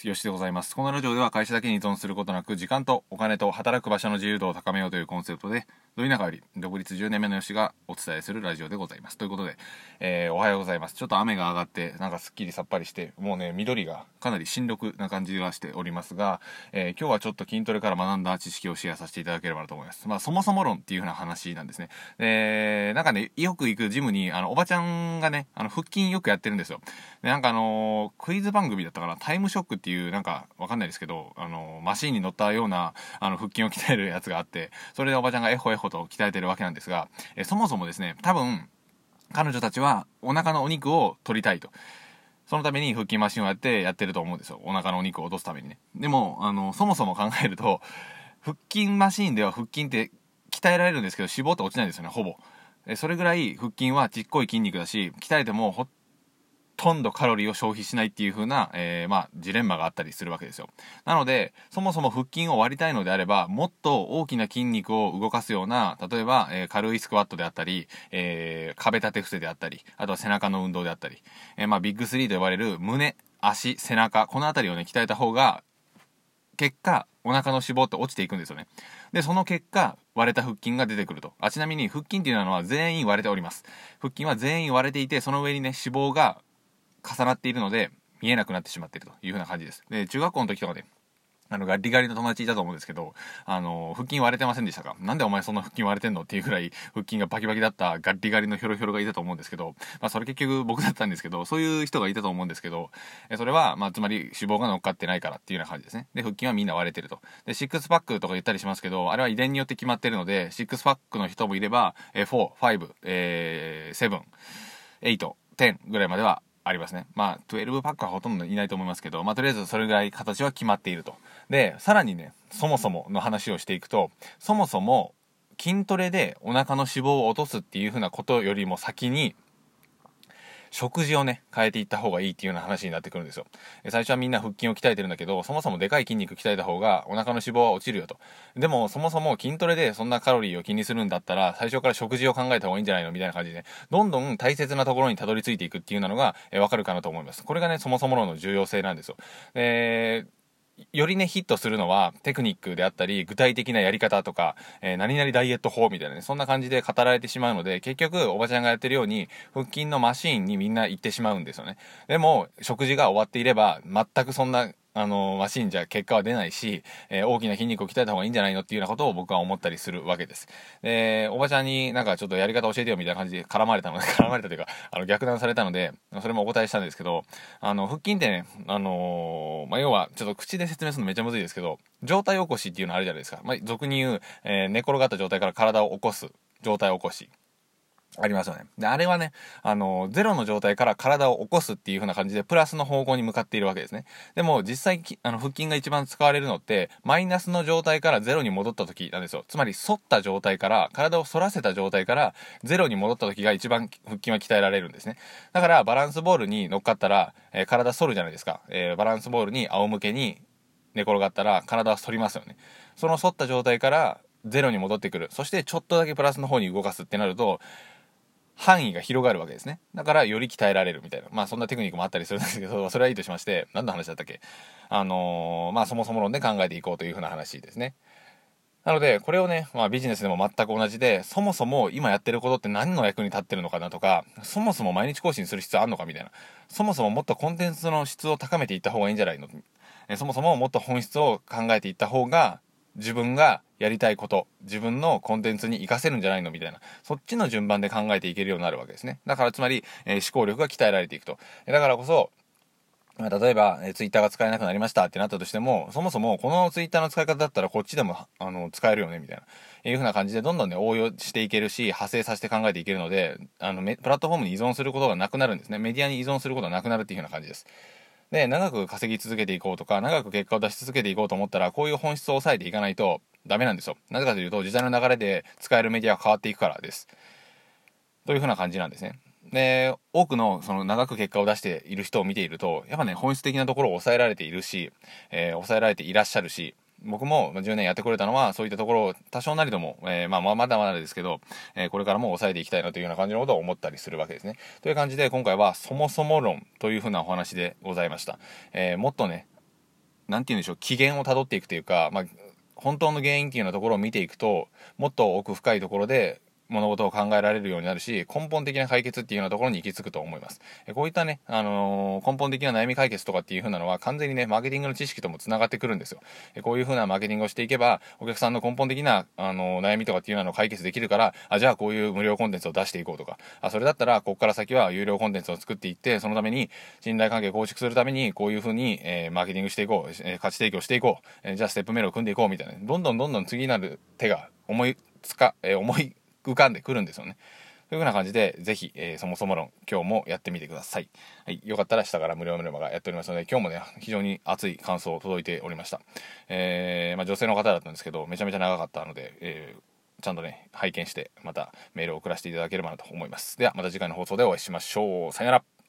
よしでございます。このラジオでは会社だけに依存することなく、時間とお金と働く場所の自由度を高めようというコンセプトで、ど田舎より独立10年目のよしがお伝えするラジオでございます。ということで、おはようございます。ちょっと雨が上がって、なんかすっきりさっぱりして、もうね、緑がかなり新緑な感じがしておりますが、今日はちょっと筋トレから学んだ知識をシェアさせていただければなと思います。そもそも論っていう風な話なんですね。なんかね、よく行くジムに、おばちゃんがね、腹筋よくやってるんですよ。で、なんかクイズ番組だったかな、タイムショックっていう、なんかわかんないですけど、マシーンに乗ったような腹筋を鍛えるやつがあって、それでおばちゃんがエホエホと鍛えてるわけなんですが、そもそもですね、多分彼女たちはお腹のお肉を取りたいと、そのために腹筋マシンをやってると思うんですよ。お腹のお肉を落とすためにね。でもそもそも考えると、腹筋マシンでは腹筋って鍛えられるんですけど、脂肪って落ちないんですよね、ほぼ。それぐらい腹筋はちっこい筋肉だし、鍛えてもほとんどカロリーを消費しないっていう風な、ジレンマがあったりするわけですよ。なので、そもそも腹筋を割りたいのであれば、もっと大きな筋肉を動かすような、例えば、軽いスクワットであったり、壁立て伏せであったり、あとは背中の運動であったり、ビッグ3と呼ばれる胸、足、背中、このあたりをね、鍛えた方が、結果、お腹の脂肪って落ちていくんですよね。で、その結果、割れた腹筋が出てくると。ちなみに腹筋っていうのは全員割れております。腹筋は全員割れていて、その上にね、脂肪が重なっているので見えなくなってしまっているという風な感じです。で、中学校の時とかでガリガリの友達いたと思うんですけど、腹筋割れてませんでしたか？なんでお前そんな腹筋割れてんのっていうくらい腹筋がバキバキだったガリガリのヒョロヒョロがいたと思うんですけど、それ結局僕だったんですけど、そういう人がいたと思うんですけど、それはつまり脂肪が乗っかってないからっていうような感じですね。で、腹筋はみんな割れてると。で、シックスパックとか言ったりしますけど、あれは遺伝によって決まってるので、シックスパックの人もいれば、4、5、7、8、10ぐらいまではありますね。12パックはほとんどいないと思いますけど、とりあえずそれぐらい形は決まっていると。で、さらにね、そもそもの話をしていくと、そもそも筋トレでお腹の脂肪を落とすっていう風なことよりも先に、食事をね、変えていった方がいいっていうような話になってくるんですよ。最初はみんな腹筋を鍛えてるんだけど、そもそもでかい筋肉鍛えた方がお腹の脂肪は落ちるよと。でも、そもそも筋トレでそんなカロリーを気にするんだったら、最初から食事を考えた方がいいんじゃないのみたいな感じでね、どんどん大切なところにたどり着いていくっていうのが、わかるかなと思います。これがね、そもそもの重要性なんですよ。よりね、ヒットするのはテクニックであったり、具体的なやり方とか、何々ダイエット法みたいなね、そんな感じで語られてしまうので、結局、おばちゃんがやってるように、腹筋のマシーンにみんな行ってしまうんですよね。でも、食事が終わっていれば、全くそんな、マシンじゃ結果は出ないし、大きな筋肉を鍛えた方がいいんじゃないのっていうようなことを僕は思ったりするわけです。おばちゃんになんかちょっとやり方教えてよみたいな感じで絡まれたというか、逆談されたので、それもお答えしたんですけど、腹筋ってね、要は、ちょっと口で説明するのめっちゃむずいですけど、上体起こしっていうのあるじゃないですか。俗に言う、寝転がった状態から体を起こす、上体起こし。ありますよね。で、あれはね、ゼロの状態から体を起こすっていう風な感じで、プラスの方向に向かっているわけですね。でも、実際、腹筋が一番使われるのって、マイナスの状態からゼロに戻った時なんですよ。つまり、反った状態から、体を反らせた状態から、ゼロに戻った時が一番腹筋は鍛えられるんですね。だから、バランスボールに乗っかったら、体反るじゃないですか。バランスボールに仰向けに寝転がったら、体は反りますよね。その反った状態から、ゼロに戻ってくる。そして、ちょっとだけプラスの方に動かすってなると、範囲が広がるわけですね。だからより鍛えられるみたいな。そんなテクニックもあったりするんですけど、それはいいとしまして、何の話だったっけ？そもそも論で考えていこうというふうな話ですね。なので、これをね、ビジネスでも全く同じで、そもそも今やってることって何の役に立ってるのかなとか、そもそも毎日更新する必要あるのかみたいな。そもそももっとコンテンツの質を高めていった方がいいんじゃないの？そもそももっと本質を考えていった方が、自分がやりたいこと、自分のコンテンツに活かせるんじゃないのみたいな。そっちの順番で考えていけるようになるわけですね。だからつまり、思考力が鍛えられていくと。だからこそ、例えば、ツイッターが使えなくなりましたってなったとしても、そもそもこのツイッターの使い方だったらこっちでも、使えるよね、みたいな。いう風な感じでどんどんね、応用していけるし、派生させて考えていけるので、プラットフォームに依存することがなくなるんですね。メディアに依存することがなくなるっていう風な感じです。で、長く稼ぎ続けていこうとか、長く結果を出し続けていこうと思ったら、こういう本質を抑えていかないとダメなんですよ。なぜかというと、時代の流れで使えるメディアが変わっていくからです。という風な感じなんですね。で、多くのその長く結果を出している人を見ていると、やっぱね、本質的なところを抑えられているし、抑えられていらっしゃるし、僕も10年やってこれたのは、そういったところを多少なりとも、まだまだですけど、これからも抑えていきたいなというような感じのことを思ったりするわけですね。という感じで、今回はそもそも論というふうなお話でございました。もっとね、 なんて言うんでしょう、起源をたどっていくというか、本当の原因っていうようなところを見ていくと、もっと奥深いところで物事を考えられるようになるし、根本的な解決っていうようなところに行き着くと思います。こういったね、根本的な悩み解決とかっていう風なのは完全にね、マーケティングの知識ともつながってくるんですよ。こういう風なマーケティングをしていけば、お客さんの根本的な、悩みとかっていうのを解決できるから、じゃあこういう無料コンテンツを出していこうとか、それだったらここから先は有料コンテンツを作っていって、そのために信頼関係を構築するためにこういう風に、マーケティングしていこう、価値提供していこう、じゃあステップメールを組んでいこうみたいな、どんどん次なる手が思い浮かんでくるんですよね。というふうな感じで、ぜひ、そもそも論、今日もやってみてください。はい。よかったら下から無料メルマガやっておりますので、今日もね、非常に熱い感想届いておりました。女性の方だったんですけど、めちゃめちゃ長かったので、ちゃんとね、拝見して、またメールを送らせていただければなと思います。では、また次回の放送でお会いしましょう。さよなら。